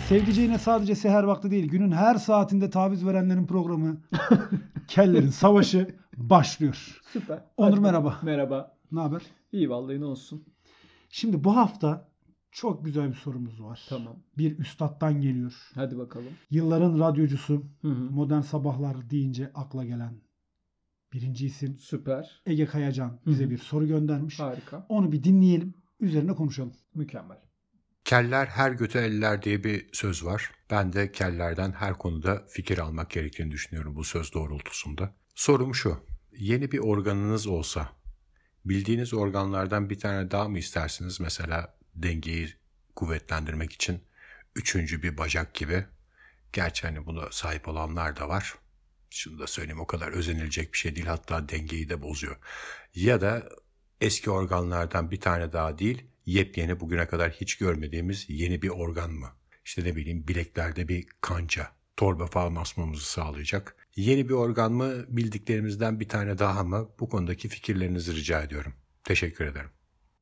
Sevdiceğine sadece seher vakti değil, günün her saatinde taviz verenlerin programı Kellerin Savaşı başlıyor. Süper. Onur Hadi merhaba. bakalım. Merhaba. Ne haber? İyi vallahi, ne olsun. Şimdi bu hafta çok güzel bir sorumuz var. Tamam. Bir üstattan geliyor. Hadi bakalım. Yılların radyocusu, Hı hı. modern sabahlar deyince akla gelen birinci isim Süper. Ege Kayacan bize Hı hı. bir soru göndermiş. Harika. Onu bir dinleyelim, üzerine konuşalım. Mükemmel. Keller her göte eller diye bir söz var. Ben de kellerden her konuda fikir almak gerektiğini düşünüyorum bu söz doğrultusunda. Sorum şu: yeni bir organınız olsa bildiğiniz organlardan bir tane daha mı istersiniz? Mesela dengeyi kuvvetlendirmek için üçüncü bir bacak gibi. Gerçi hani buna sahip olanlar da var. Şunu da söyleyeyim, o kadar özenilecek bir şey değil, hatta dengeyi de bozuyor. Ya da eski organlardan bir tane daha değil, yepyeni, bugüne kadar hiç görmediğimiz yeni bir organ mı? İşte ne bileyim, bileklerde bir kanca, torba falan asmamızı sağlayacak. Yeni bir organ mı, bildiklerimizden bir tane daha mı? Bu konudaki fikirlerinizi rica ediyorum. Teşekkür ederim.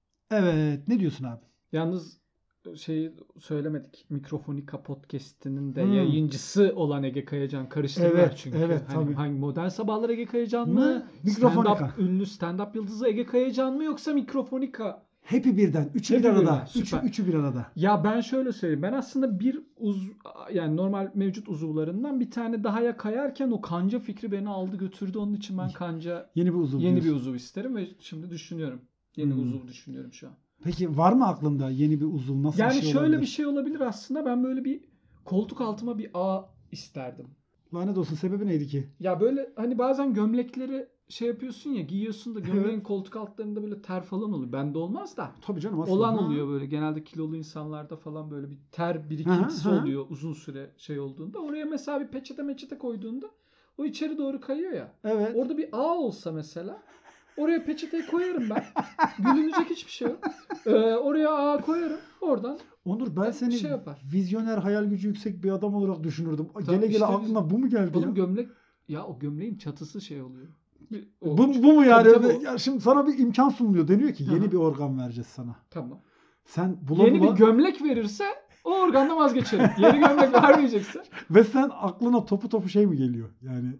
Evet, ne diyorsun abi? Yalnız şeyi söylemedik. Mikrofonika Podcast'inin de yayıncısı olan Ege Kayacan karıştırdılar Evet, çünkü. evet, hani tabii. hangi Modern Sabahlar Ege Kayacan mı? Mikrofonika. Ünlü stand-up yıldızı Ege Kayacan mı, yoksa Mikrofonika? Hepi birden, üçü Hepi bir arada. birden, süper. Üçü bir arada. Ya ben şöyle söyleyeyim. Ben aslında yani normal mevcut uzuvlarından bir tane dahaya kayarken o kanca fikri beni aldı götürdü. Onun için ben kanca Yeni bir uzuv yeni bir diyorsun. uzuv isterim ve şimdi düşünüyorum. Yeni uzuv düşünüyorum şu an. Peki var mı aklında yeni bir uzuv? Nasıl Yani bir şey şöyle olabilir? bir şey olabilir aslında. Ben böyle bir koltuk altıma bir ağ isterdim. Lanet olsun, sebebi neydi ki? Ya böyle hani bazen gömlekleri şey yapıyorsun ya, giyiyorsun da gömleğin koltuk altlarında böyle ter falan oluyor. Bende olmaz da. Tabii canım, aslında. Olan oluyor böyle. Genelde kilolu insanlarda falan böyle bir ter birikintisi oluyor uzun süre şey olduğunda. Oraya mesela bir peçete koyduğunda o içeri doğru kayıyor ya. Evet. Orada bir ağ olsa mesela, oraya peçeteyi koyarım ben. Gülünecek hiçbir şey yok. Oraya ağ koyarım. Oradan Onur, ben seni şey yapar. vizyoner, hayal gücü yüksek bir adam olarak düşünürdüm. Tabii Gele işte aklına bu mu geldi oğlum ya? gömlek, ya o gömleğin çatısı şey oluyor. Bu mu yani? Tabii. Ya şimdi sana bir imkan sunuluyor. Deniyor ki yeni Hı-hı. bir organ vereceğiz sana. Tamam. Sen Yeni bir gömlek verirse o organdan vazgeçelim. Yeni gömlek vermeyecekse. Ve sen aklına topu şey mi geliyor? Yani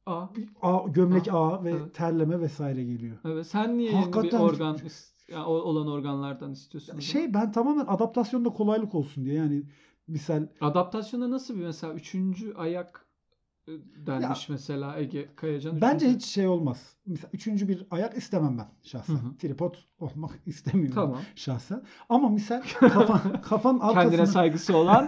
gömlek ve evet. Terleme vesaire geliyor. Evet, sen niye Hakikaten yeni bir organ olan organlardan istiyorsun? Ben tamamen adaptasyonda kolaylık olsun diye, yani misal. Adaptasyonda nasıl bir, mesela üçüncü ayak denmiş mesela Ege Kayacan. Bence hiç şey olmaz. Mesela üçüncü bir ayak istemem ben şahsen. Hı-hı. Tripod olmak istemiyorum tamam. şahsen. Ama misal kafan arkasına... Kendine saygısı olan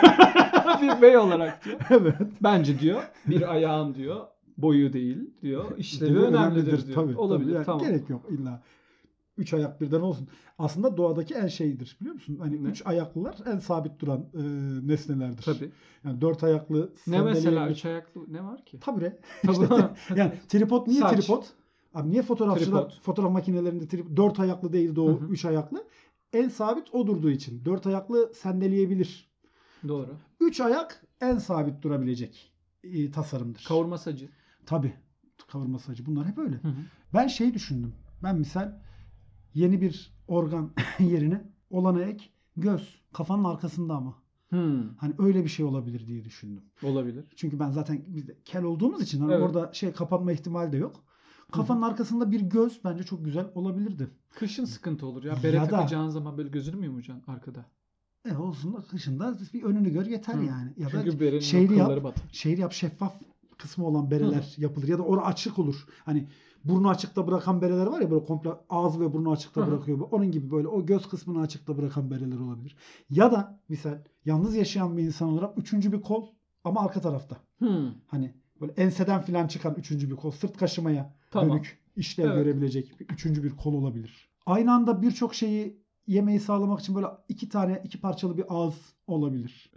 bir bey olarak diyor. Evet. Bence diyor bir ayağın diyor boyu değil diyor. İşlevi önemlidir diyor. Tabii, olabilir. Yani tamam. gerek yok illa. Üç ayak birden olsun. Aslında doğadaki en şeydir, biliyor musun? Hani üç ayaklılar en sabit duran nesnelerdir. Tabii. Yani dört ayaklı... Ne mesela üç ayaklı ne var ki? Tabure. İşte, yani tripod niye Saç. tripod? Abi niye fotoğraf makinelerinde dört ayaklı değil de o üç ayaklı? En sabit o durduğu için. Dört ayaklı sendeleyebilir. Doğru. Üç ayak en sabit durabilecek tasarımdır. Kavurma sacı. Tabii. Kavurma sacı. Bunlar hep öyle. Hı-hı. Ben şey düşündüm. Ben misal yeni bir organ yerine olana ek göz. Kafanın arkasında ama. Hani öyle bir şey olabilir diye düşündüm. Olabilir. Çünkü ben zaten kel olduğumuz için hani evet. orada kapanma ihtimali de yok. Kafanın arkasında bir göz bence çok güzel olabilirdi. Kışın sıkıntı olur ya. Bere takacağın zaman böyle gözünü mü yumacaksın arkada? Olsun da kışında bir önünü gör yeter yani. Ya çünkü da şeyli yap, şeffaf kısmı olan bereler yapılır. Ya da orası açık olur. Hani burnu açıkta bırakan bereler var ya, böyle komple ağzı ve burnu açıkta bırakıyor. Onun gibi böyle o göz kısmını açıkta bırakan bereler olabilir. Ya da misal yalnız yaşayan bir insan olarak üçüncü bir kol ama arka tarafta. Hani böyle enseden filan çıkan üçüncü bir kol. Sırt kaşımaya dönük işlev görebilecek üçüncü bir kol olabilir. Aynı anda birçok şeyi yemeği sağlamak için böyle iki parçalı bir ağız olabilir.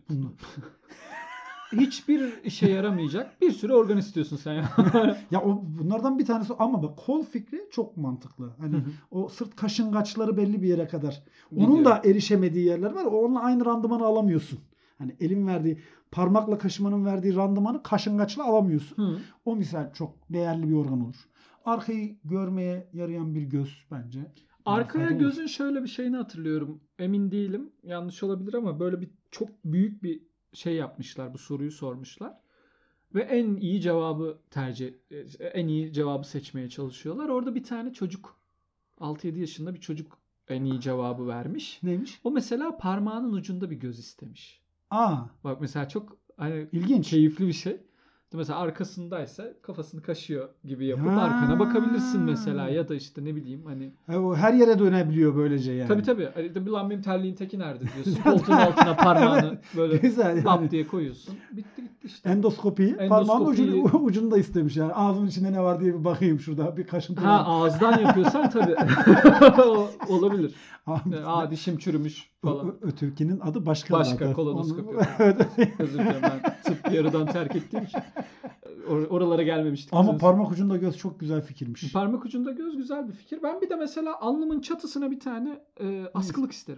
Hiçbir işe yaramayacak bir sürü organ istiyorsun sen ya. Ya bunlardan bir tanesi, ama bak kol fikri çok mantıklı. Hani o sırt kaşıngaçları belli bir yere kadar. Onun da erişemediği yerler var. Onunla aynı randımanı alamıyorsun. Hani elin verdiği, parmakla kaşımanın verdiği randımanı kaşıngaçla alamıyorsun. O misal çok değerli bir organ olur. Arkayı görmeye yarayan bir göz bence. Arkaya gözün şöyle bir şeyini hatırlıyorum. Emin değilim. Yanlış olabilir ama böyle bir çok büyük bir şey yapmışlar, bu soruyu sormuşlar. Ve en iyi cevabı seçmeye çalışıyorlar. Orada bir tane çocuk, 6-7 yaşında bir çocuk en iyi cevabı vermiş. Neymiş? O mesela parmağının ucunda bir göz istemiş. Bak mesela çok hani İlginç. keyifli bir şey. Mesela arkasındaysa kafasını kaşıyor gibi yapıp Ya. arkana bakabilirsin mesela, ya da işte ne bileyim hani. O her yere dönebiliyor böylece yani. Tabii. Hani lan benim terliğin teki nerede diyorsun. Koltuğun altına parmağını böyle Güzel yani. lap diye koyuyorsun. Bitti işte. Endoskopiyi parmağın ucunda istemiş yani. Ağzımın içinde ne var diye bir bakayım şurada. Bir kaşıntı var. Ağızdan yapıyorsan tabii. Olabilir. Dişim çürümüş falan. Ötekinin adı başka zaten. Kolonoskopi. Özür dilerim, ben tıp yarıdan terk ettiğim için. Oralara gelmemiştik. Ama parmak ucunda göz çok güzel fikirmiş. Parmak ucunda göz güzel bir fikir. Ben bir de mesela alnımın çatısına bir tane askılık isterim.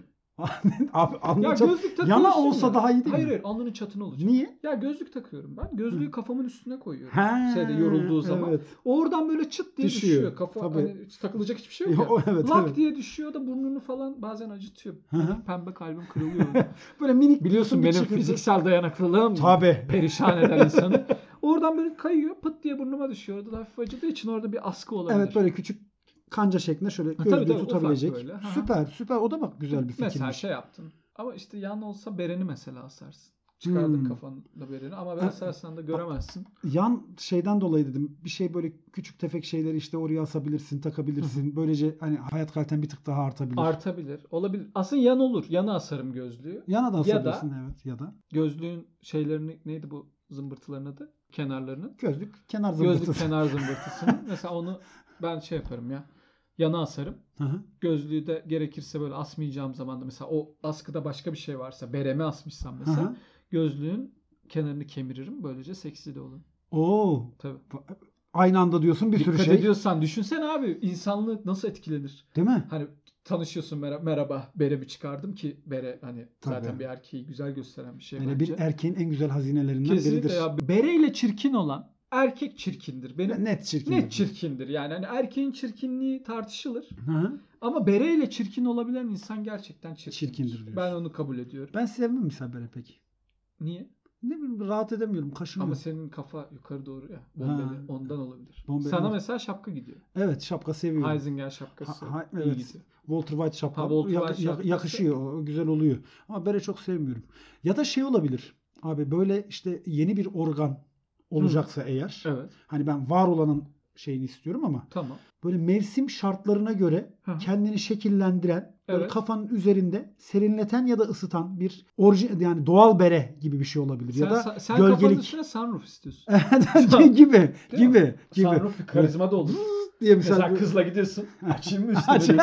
Abi Ya gözlük takıyorsun yana olsa ya. daha iyi değil mi? Hayır, alnının çatına olacak. Niye? Ya gözlük takıyorum ben. Gözlüğü kafamın üstüne koyuyorum. Yorulduğu zaman. Evet. Oradan böyle çıt diye düşüyor. Kafa hani takılacak hiçbir şey yok ya. Lak diye düşüyor da burnunu falan bazen acıtıyor. Pembe kalbim kırılıyor. Böyle minik. Biliyorsun benim fiziksel dayanıklılığım tabii perişan eden insanı. Oradan böyle kayıyor, pıt diye burnuma düşüyor. Orada da hafif acıdığı için orada bir askı olabilir. Evet, böyle küçük kanca şeklinde şöyle gözlüğü tutabilecek. Süper. O da bak güzel bir fikir. Mesela şey yaptın. Ama işte yan olsa bereni mesela asarsın. Çıkardın kafanda bereni ama asarsan da göremezsin. Yan şeyden dolayı dedim. Bir şey böyle küçük tefek şeyleri işte oraya asabilirsin, takabilirsin. Böylece hani hayat kaliten bir tık daha artabilir. Olabilir. Aslında yan olur. Yana asarım gözlüğü. Yana da asabilirsin evet ya da. Gözlüğün şeylerini neydi bu zımbırtıların adı? Kenarlarının. Gözlük kenar zımbırtısı. Gözlük kenar zımbırtısının. Mesela onu ben şey yaparım ya. Yana asarım. Gözlüğü de gerekirse böyle asmayacağım zaman da mesela o askıda başka bir şey varsa, bereme asmışsam mesela gözlüğün kenarını kemiririm. Böylece seksi de olur. Oo. Tabii. Aynı anda diyorsun bir sürü şey. Dikkat ediyorsan düşünsene abi, insanlık nasıl etkilenir? Değil mi? Hani tanışıyorsun, merhaba, beremi çıkardım ki bere hani zaten bir erkeği güzel gösteren bir şey bence. Bir erkeğin en güzel hazinelerinden kesinlikle biridir. Ya, bereyle çirkin olan erkek çirkindir. Benim net çirkindir. Yani hani erkeğin çirkinliği tartışılır. Ama bereyle çirkin olabilen insan gerçekten çirkindir diyorsun. Ben onu kabul ediyorum. Ben sevmem mesela bere pek. Niye? Ne bileyim, rahat edemiyorum. Kaşınıyor. Ama senin kafa yukarı doğru ya. Bombeli. Ondan olabilir. Bombeli. Sana mesela şapka gidiyor. Evet, şapka seviyorum. Heisinger şapkası. Evet. İyi gidiyor. Walter White şapka. Şapkası. Yakışıyor. O güzel oluyor. Ama bere çok sevmiyorum. Ya da şey olabilir. Abi böyle işte yeni bir organ olacaksa eğer. Evet. Hani ben var olanın şeyini istiyorum ama. Tamam. Böyle mevsim şartlarına göre kendini şekillendiren, böyle kafanın üzerinde serinleten ya da ısıtan bir yani doğal bere gibi bir şey olabilir. Sen, ya da sen gölgelik. kafanın üstüne sunroof istiyorsun. gibi. Sunroof bir karizma da olur. Diye mesela kızla gidiyorsun. Açayım mı üstüne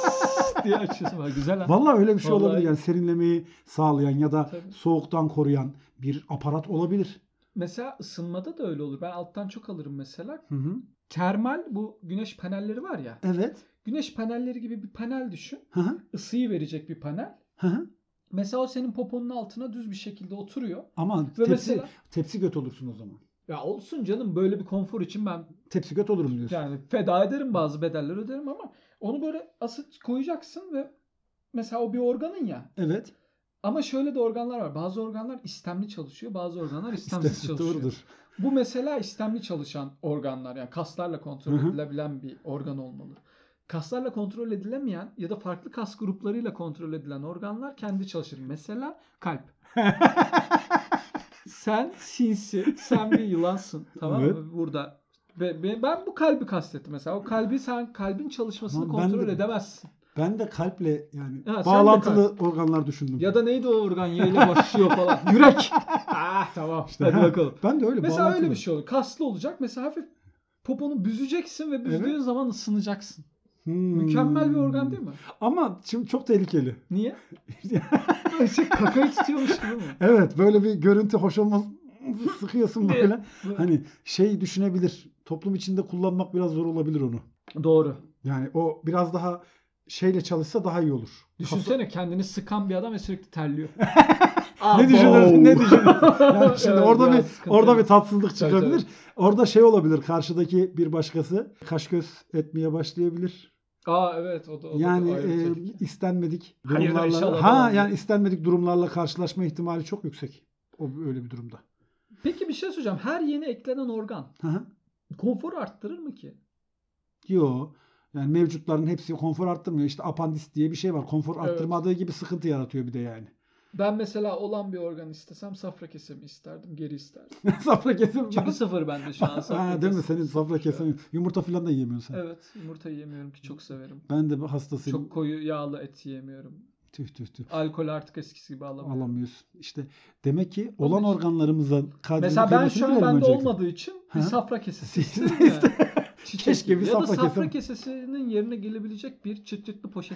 diye açıyorsun. Güzel ha. Vallahi öyle bir şey olabilir. Yani serinlemeyi sağlayan ya da soğuktan koruyan bir aparat olabilir. Mesela ısınmada da öyle olur. Ben alttan çok alırım mesela. Termal bu güneş panelleri var ya. Evet. Güneş panelleri gibi bir panel düşün. Isıyı verecek bir panel. Mesela o senin poponun altına düz bir şekilde oturuyor. Ama tepsi göt olursun o zaman. Ya olsun canım, böyle bir konfor için ben tepsi göt olurum diyorsun. Yani feda ederim, bazı bedeller öderim ama onu böyle asıt koyacaksın ve mesela o bir organın ya. Evet. Ama şöyle de organlar var. Bazı organlar istemli çalışıyor, bazı organlar istemsiz çalışıyor. Doğrudur. Bu mesela istemli çalışan organlar, yani kaslarla kontrol edilebilen bir organ olmalı. Kaslarla kontrol edilemeyen ya da farklı kas gruplarıyla kontrol edilen organlar kendi çalışır. Mesela kalp. Sen sinsi, sen bir yılansın, tamam mı? Burada. Ve ben bu kalbi kastettim mesela. O kalbi, sen kalbin çalışmasını kontrol edemezsin. Ben de kalple yani bağlantılı organlar düşündüm. Ya da neydi o organ? Y ile başlıyor falan. Yürek. Tamam. İşte, hadi bakalım. Ben de öyle. Mesela öyle bir şey olur. Kaslı olacak. Mesela hafif poponu büzeceksin ve büzdüğün zaman ısınacaksın. Mükemmel bir organ değil mi? Ama şimdi çok tehlikeli. Niye? Böyle kakayı tutuyormuş gibi mi? Evet, böyle bir görüntü hoş olmaz. Sıkıyorsun böyle. Hani şey düşünebilir. Toplum içinde kullanmak biraz zor olabilir onu. Doğru. Yani o biraz daha şeyle çalışsa daha iyi olur. Düşünsene kendini sıkan bir adam ve sürekli terliyor. Ne düşünürsün? Yani şimdi orada bir tatsızlık çıkabilir. Evet. Orada şey olabilir. Karşıdaki bir başkası kaş göz etmeye başlayabilir. Evet, o da yani istenmedik durumlarla yani istenmedik durumlarla karşılaşma ihtimali çok yüksek. o öyle bir durumda. Peki bir şey soracağım. Her yeni eklenen organ Hı. konforu arttırır mı ki? Yo. Yani mevcutların hepsi konfor arttırmıyor. İşte apandis diye bir şey var. Konfor Evet. arttırmadığı gibi sıkıntı yaratıyor bir de yani. Ben mesela olan bir organ istesem safra kesemi isterdim. Geri isterdim. Safra kesim. Çünkü sıfır bende şu an safra Ha, değil mi? kesemi Senin safra sıfır şu an. kesemi. Yumurta falan da yiyemiyorsun sen. Evet. Yumurta yiyemiyorum ki çok severim. Ben de hastasıyım. Çok koyu yağlı et yiyemiyorum. Tüh. Alkol artık eskisi gibi alamıyorum. Alamıyorsun. İşte demek ki Onun olan için- organlarımızın kadrini Mesela ben şu an bilelim bende öncelikle. olmadığı için bir Ha? safra kesesi İşte- isterim yani. Çiçek Keşke gibi. bir Ya da safra safra kesem- kesesinin yerine gelebilecek bir çıt çıtlı poşet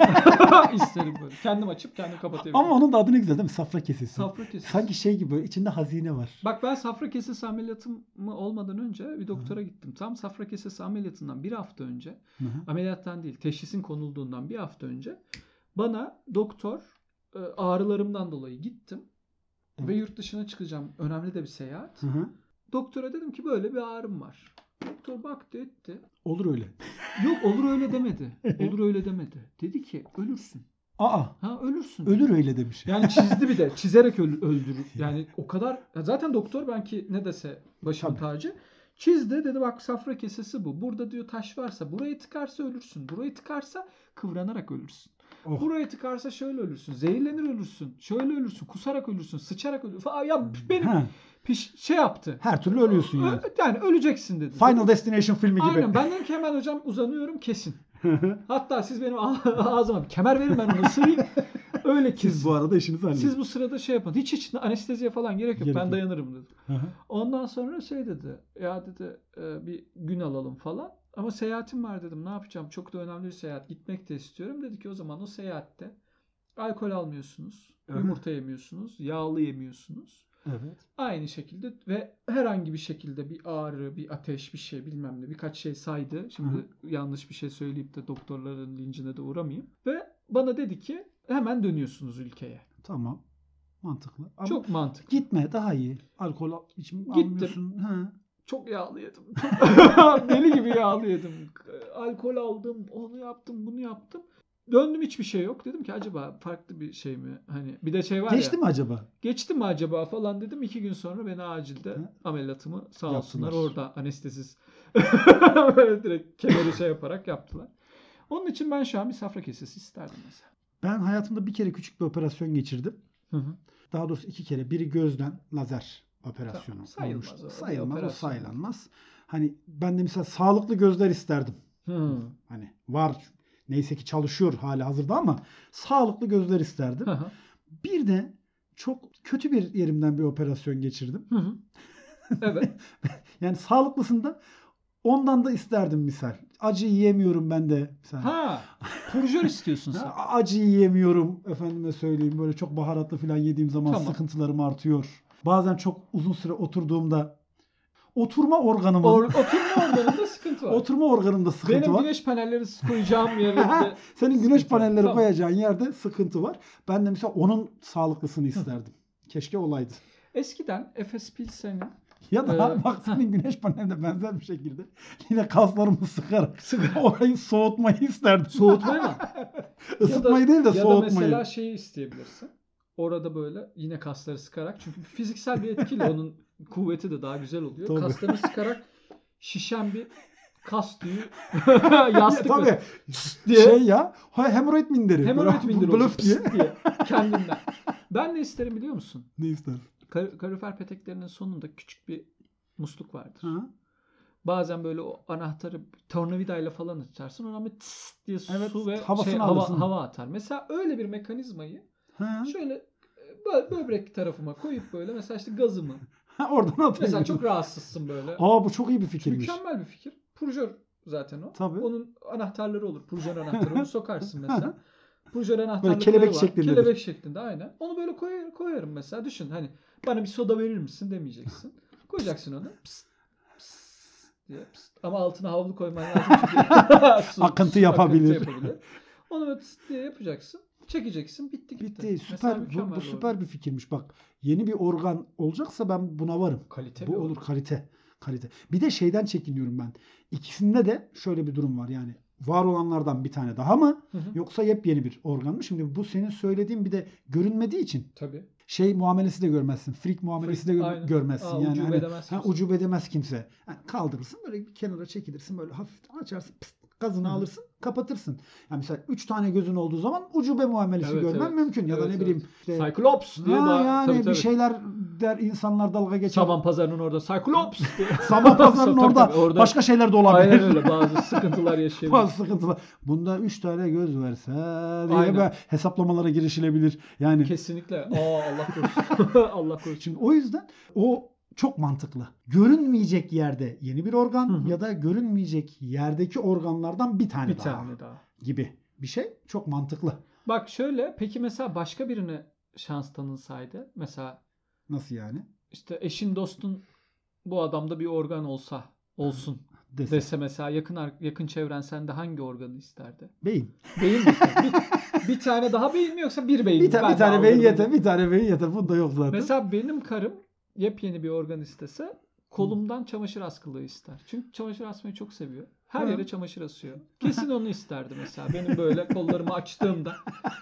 isterim böyle. Kendim açıp kendim kapatabilirim. Ama onun da adı ne güzel değil mi? Safra kesesi. Safra kesesi. Sanki şey gibi böyle içinde hazine var. Bak ben safra kesesi ameliyatım olmadan önce bir doktora gittim. Tam safra kesesi ameliyatından bir hafta önce, Hı hı. ameliyattan değil teşhisin konulduğundan bir hafta önce bana doktor ağrılarımdan dolayı gittim Evet. ve yurt dışına çıkacağım. Önemli de bir seyahat. Hı hı. Doktora dedim ki böyle bir ağrım var. Doktor baktı etti. Olur öyle. Yok olur öyle demedi. Olur öyle demedi. Dedi ki ölürsün. Aa, Ha ölürsün. ölür öyle demiş. Yani çizdi bir de. Çizerek öldürür. Yani o kadar. Zaten doktor belki ne dese başımın Tabii. tacı. Çizdi dedi bak safra kesesi bu. Burada diyor taş varsa burayı tıkarsa ölürsün. Burayı tıkarsa kıvranarak ölürsün. Oh. Burayı tıkarsa şöyle ölürsün. Zehirlenir ölürsün. Şöyle ölürsün. Kusarak ölürsün. Sıçarak ölürsün. Ya benim Ha, şey yaptı. her türlü ölüyorsun yani. Yani öleceksin dedi. Final Destination filmi gibi. Aynen. Ben dedim ki hemen hocam uzanıyorum kesin. Hatta siz benim ağzıma bir kemer verin ben onu ısırayım. Öyle kesin. Siz bu arada işinizi halledin. Siz bu sırada şey yapın. Hiç anesteziye falan gerek yok. Gerek Ben yok. dayanırım dedi. Hı hı. Ondan sonra şey dedi. Ya dedi bir gün alalım falan. Ama seyahatim var dedim. Ne yapacağım? Çok da önemli bir seyahat. Gitmek de istiyorum. Dedi ki o zaman o seyahatte alkol almıyorsunuz. Evet. Yumurta yemiyorsunuz. Yağlı yemiyorsunuz. Evet. Aynı şekilde ve herhangi bir şekilde bir ağrı, bir ateş, bir şey bilmem ne birkaç şey saydı. Şimdi yanlış bir şey söyleyip de doktorların lincine de uğramayayım. Ve bana dedi ki hemen dönüyorsunuz ülkeye. Tamam. Mantıklı. Ama Çok mantıklı. gitme daha iyi. Alkol Gittim. almıyorsun. Ha. Çok yağlı yedim. Deli gibi yağlı yedim. Alkol aldım, onu yaptım, bunu yaptım. Döndüm hiçbir şey yok. Dedim ki acaba farklı bir şey mi? Hani bir de şey var Geçti ya. mi acaba? Geçti mi acaba falan dedim. 2 gün sonra beni acilde Hı. ameliyatımı sağ Yaptılar. olsunlar orada anestezisiz böyle direkt kemeri şey yaparak yaptılar. Onun için ben şu an bir safra kesesi isterdim mesela. Ben hayatımda bir kere küçük bir operasyon geçirdim. Hı hı. Daha doğrusu 2 kere. Biri gözden lazer operasyonu Tamam, sayılmaz olmuştu. o, bir Sayılmaz, o operasyon. sayılanmaz. Hani ben de mesela sağlıklı gözler isterdim. Hı. Hani var neyse ki çalışıyor hali hazırda ama sağlıklı gözler isterdim. Hı hı. Bir de çok kötü bir yerimden bir operasyon geçirdim. Hı hı. Evet. Yani sağlıklısında ondan da isterdim misal. Acı yiyemiyorum ben de. Mesela. Ha. Purjör istiyorsun sen. Ha, acı yiyemiyorum efendime söyleyeyim. Böyle çok baharatlı falan yediğim zaman Tamam. sıkıntılarım artıyor. Bazen çok uzun süre oturduğumda oturma organımın Oturma organında sıkıntı var. oturma organımda sıkıntı Benim var. güneş panelleri koyacağım yerinde. Senin güneş sıkıntı var. panelleri Tamam. koyacağın yerde sıkıntı var. Ben de mesela onun sağlıklısını isterdim. Keşke olaydı. Eskiden Efes Pilsen'in Ya da Ee, bak senin güneş paneline benzer bir şekilde yine kaslarımı sıkarak orayı soğutmayı isterdim. soğutmayı mı? Isıtmayı değil de Ya da soğutmayı. mesela şeyi isteyebilirsin. Orada böyle yine kasları sıkarak çünkü fiziksel bir etkiyle onun kuvveti de daha güzel oluyor. Tabii. Kaslarını sıkarak şişen bir kas tüyü yastık Tabii. mesela. diye Şey ya hemoroid minderi. hemoroid Böyle minderi blöf diye. diye kendinden. Ben ne isterim biliyor musun? Ne ister? Kalorifer peteklerinin sonunda küçük bir musluk vardır. Ha? Bazen böyle o anahtarı tornavidayla falan açarsın. Ona bir tıs diye Evet, su ve havasını alırsın. hava atar. Mesela öyle bir mekanizmayı Ha? şöyle böbrek tarafıma koyup böyle mesela işte gazımı. Oradan atayım. Mesela çok rahatsızsın böyle. Aa bu çok iyi bir fikirmiş. Mükemmel bir fikir. Purjör zaten o. Tabii. Onun anahtarları olur. Purjör anahtarı. Onu sokarsın mesela. Purjör anahtarları kelebek var. şeklindedir. Kelebek şeklinde aynen. Onu böyle koyarım mesela. Düşün hani bana bir soda verir misin demeyeceksin. Koyacaksın onu. Pıst, pıst diye pıst. Ama altına havlu koyman lazım çünkü su, Akıntı yapabilir. Akıntı yapabilir. Onu böyle pıst diye yapacaksın. Çekeceksin. Bitti gitti. Bitti. Mesela Süper. mükemmel Bu bir süper organ. bir fikirmiş. Bak yeni bir organ olacaksa ben buna varım. Kalite Bu bir olur organ. kalite. Bir de şeyden çekiniyorum ben. İkisinde de şöyle bir durum var yani. var olanlardan bir tane daha mı? Hı hı. Yoksa yepyeni bir organ mı? Şimdi bu senin söylediğin bir de görünmediği için Tabii. şey muamelesi de görmezsin. Freak muamelesi de Aynen. görmezsin. Yani ucube hani, edemez kimse. ucube edemez kimse. Yani kaldırırsın böyle bir kenara çekilirsin böyle hafif açarsın pıst, gazını Hı hı. alırsın kapatırsın. Yani mesela 3 tane gözün olduğu zaman ucube muamelesi Evet, görmen evet. mümkün. Ya da Evet, ne bileyim işte, Cyclops diye yani tabii, bir tabii. şeyler der insanlar dalga geçer. Saman pazarının orada Cyclops diye. Saman pazarının Tabii, orada, tabii, orada başka şeyler de olabilir. Aynen öyle. Bazı sıkıntılar yaşayabilir. Bazı sıkıntılar. Bunda 3 tane göz verse diye Aynen. böyle hesaplamalara girişilebilir. Yani Kesinlikle. Allah korusun. Allah korusun. şimdi o yüzden o çok mantıklı. Görünmeyecek yerde yeni bir organ Hı hı. ya da görünmeyecek yerdeki organlardan bir tane Bir daha tane daha. gibi bir şey çok mantıklı. Bak şöyle, peki mesela başka birine şans tanınsaydı, mesela Nasıl yani? işte eşin dostun bu adamda bir organ olsun dese mesela yakın çevren sende hangi organı isterdi? Beyin. Beyin mi ister? Bir tane daha beyin mi yoksa bir beyin mi? Bir Ben de tane beyin aldırdım. yeter. Bir tane beyin yeter. Bunda yok zaten. Mesela benim karım yepyeni bir organ istese kolumdan çamaşır askılığı ister. Çünkü çamaşır asmayı çok seviyor. Her Hı. yere çamaşır asıyor. Kesin onu isterdi mesela. Benim böyle kollarımı açtığımda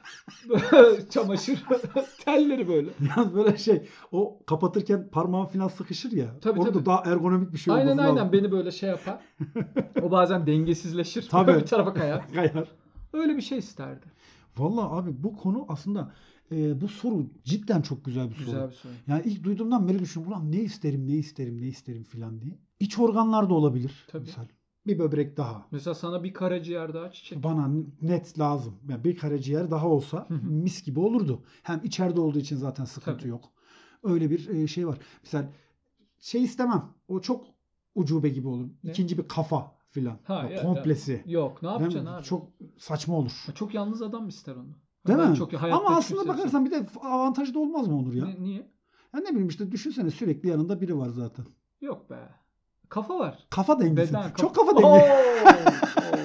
çamaşır telleri böyle. Yalnız böyle şey o kapatırken parmağın falan sıkışır ya. Tabii, orada tabii. daha ergonomik bir şey Aynen olması lazım. aynen beni böyle şey yapar. O bazen dengesizleşir. Tabii. Bir tarafa kayar. Kayar. Öyle bir şey isterdi. Vallahi abi bu konu aslında bu soru cidden çok güzel bir soru. Güzel bir soru. Yani ilk duyduğumdan beri düşünüyorum. Ulan ne isterim filan diye. İç organlar da olabilir. Tabii. Misal. Bir böbrek daha. Mesela sana bir karaciğer daha çiçek. Bana net lazım. Yani bir karaciğer daha olsa Hı hı. mis gibi olurdu. Hem içeride olduğu için zaten sıkıntı Tabii. yok. Öyle bir şey var. Mesela şey istemem. O çok ucube gibi olur. Ne? İkinci bir kafa filan. Ha, Ya ya, komplesi. Yok, ne Değil mi? yapacaksın abi? Çok saçma olur. Çok yalnız adam ister onu. Değil Ben mi? çok hayatta Ama hiç aslında kimse bakarsan bir de avantajı da olmaz mı Onur ya? Niye? Ya ne bileyim işte düşünsene sürekli yanında biri var zaten. Yok be. Kafa var. Kafa dengesi. Beden, Çok kafa dengesi. Oo!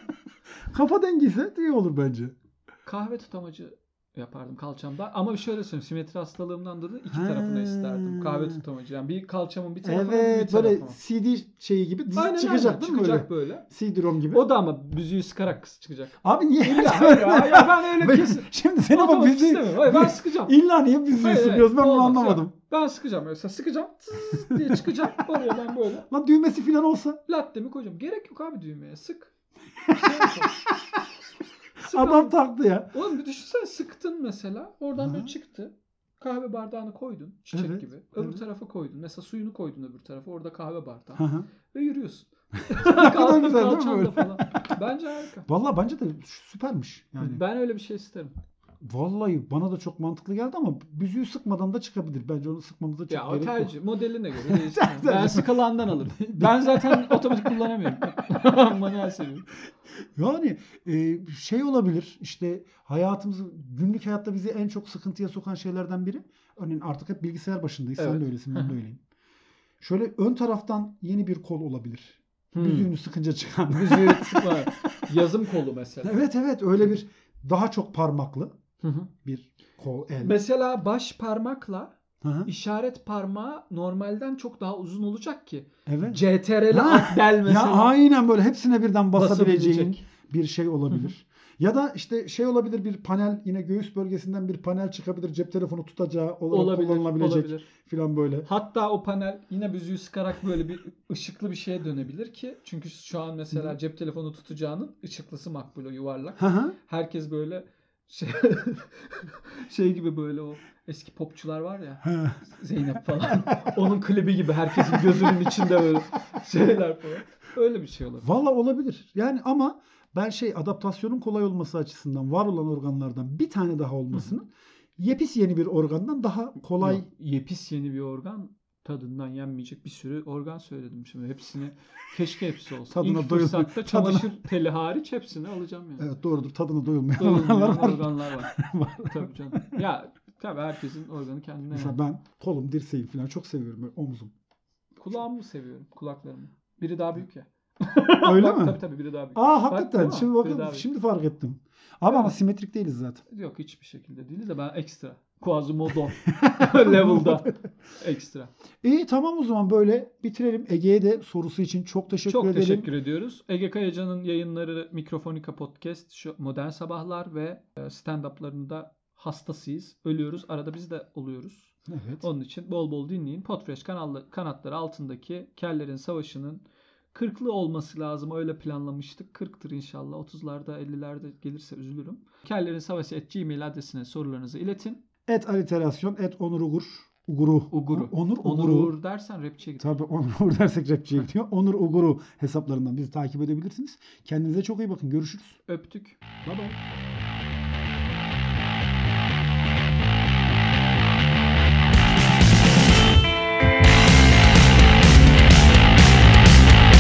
Kafa dengesi iyi olur bence. Kahve tutamacı yapardım kalçamda. Ama şöyle söyleyeyim. Simetri hastalığımdan dolayı iki Ha. tarafına isterdim. Kahve tutamacı. Yani bir kalçamın bir tarafına bir Evet böyle tarafına. CD şeyi gibi dizi Aynen, çıkacak aynen. değil mi Çıkacak böyle? böyle. CD-ROM gibi. O da ama büzüğü sıkarak çıkacak. Abi niye? İlla hayır ya ben öyle kesin. Şimdi senin bu Otomatik bizi istemiyorum. Hayır, ben sıkacağım. illa niye bizi Hayır, sıkıyoruz ben bunu olmaz, anlamadım. yok. Ben sıkacağım mesela. Sıkacağım. Tıs diye çıkacak. Oraya ben böyle. Lan düğmesi falan olsa Lattemi koyacağım. Gerek yok abi düğmeye. Sık. Şey yapalım. Sık adam abi. taktı ya. Oğlum bir düşünsene, sıktın mesela. Oradan Hı. böyle çıktı. Kahve bardağını koydun. Çiçek Evet, gibi. Öbür evet. tarafa koydun. Mesela suyunu koydun öbür tarafa. Orada kahve bardağı. Hı hı. Ve yürüyorsun. Ne kadar güzel değil mi Kalçanla böyle? falan. Bence harika. Vallahi bence de süpermiş yani. Ben öyle bir şey isterim. Vallahi bana da çok mantıklı geldi ama büzüğü sıkmadan da çıkabilir. Bence onu sıkmamıza çok Ya o gerek yok. tercih. Modeline göre değişir. Ben skalandan alırım. Ben zaten otomatik kullanamıyorum. Manuel seviyorum. Yani şey olabilir işte günlük hayatta bizi en çok sıkıntıya sokan şeylerden biri. Örneğin artık hep bilgisayar başındayız. Sen Evet. de öylesin, ben de öyleyim. Şöyle ön taraftan yeni bir kol olabilir. Hmm. Büzüğünü sıkınca çıkan. Büzüğü sıkma. Yazım kolu mesela. Evet öyle bir daha çok parmaklı Hı hı. bir kol, el. Mesela baş parmakla Hı hı. işaret parmağı normalden çok daha uzun olacak ki. Evet. CTRL Ha, alt del Ya mesela. aynen böyle hepsine birden basabileceğin Basabilecek. bir şey olabilir. Ya da işte şey olabilir, bir panel, yine göğüs bölgesinden bir panel çıkabilir. Cep telefonu tutacağı olarak kullanılabilecek Olabilir. falan böyle. Hatta o panel yine büzüğü sıkarak böyle bir ışıklı bir şeye dönebilir ki. Çünkü şu an mesela cep telefonu tutacağının ışıklısı makbul, o yuvarlak. Hı hı. Herkes böyle şey gibi, böyle o eski popçular var ya. Hı. Zeynep falan. Onun klibi gibi herkesin gözünün içinde böyle şeyler falan. Öyle bir şey olabilir. Valla olabilir. Yani ama ben adaptasyonun kolay olması açısından var olan organlardan bir tane daha olmasının yepis yeni bir organdan daha kolay. Yok, yepis yeni bir organ, tadından yenmeyecek bir sürü organ söyledim şimdi. Hepsini keşke hepsi olsa. Tadına İlk doyum- fırsatta çamaşır teli hariç hepsini alacağım yani. Evet doğrudur. Tadına doyulmayan Doyulmayan organlar var. organlar var. Tabii canım. Ya tabii herkesin organı kendine. Mesela yani. ben kolum, dirseğim falan çok seviyorum. Böyle omzum. Kulağımı seviyorum, kulaklarımı. Biri daha büyük ya. Öyle mi? Tabii biri daha büyük. Aa Bak, hakikaten. değil mi? Şimdi Biri bakın, daha büyük. şimdi fark ettim. Abi ama simetrik değiliz zaten. Yok, hiçbir şekilde değiliz de ben ekstra. Quasimodo level'da. Ekstra. İyi tamam o zaman böyle bitirelim. Ege'ye de sorusu için çok teşekkür Çok ederim. teşekkür ediyoruz. Ege Kayacan'ın yayınları Mikrofonika Podcast, şu Modern Sabahlar ve stand-up'larında hastasıyız. Ölüyoruz. Arada biz de oluyoruz. Evet. Onun için bol bol dinleyin. Podfresh kanatları altındaki Kellerin Savaşı'nın 40'lı olması lazım. Öyle planlamıştık. 40'tır inşallah. 30'larda 50'lerde gelirse üzülürüm. kellerinsavaşı@gmail adresine sorularınızı iletin. @aliterasyon @onur Uguru. Onur Uğur dersen rapçiye gidiyor. Tabii Onur dersek rapçiye gidiyor. Onur Uguru hesaplarından bizi takip edebilirsiniz. Kendinize çok iyi bakın. Görüşürüz. Öptük. Bye bye.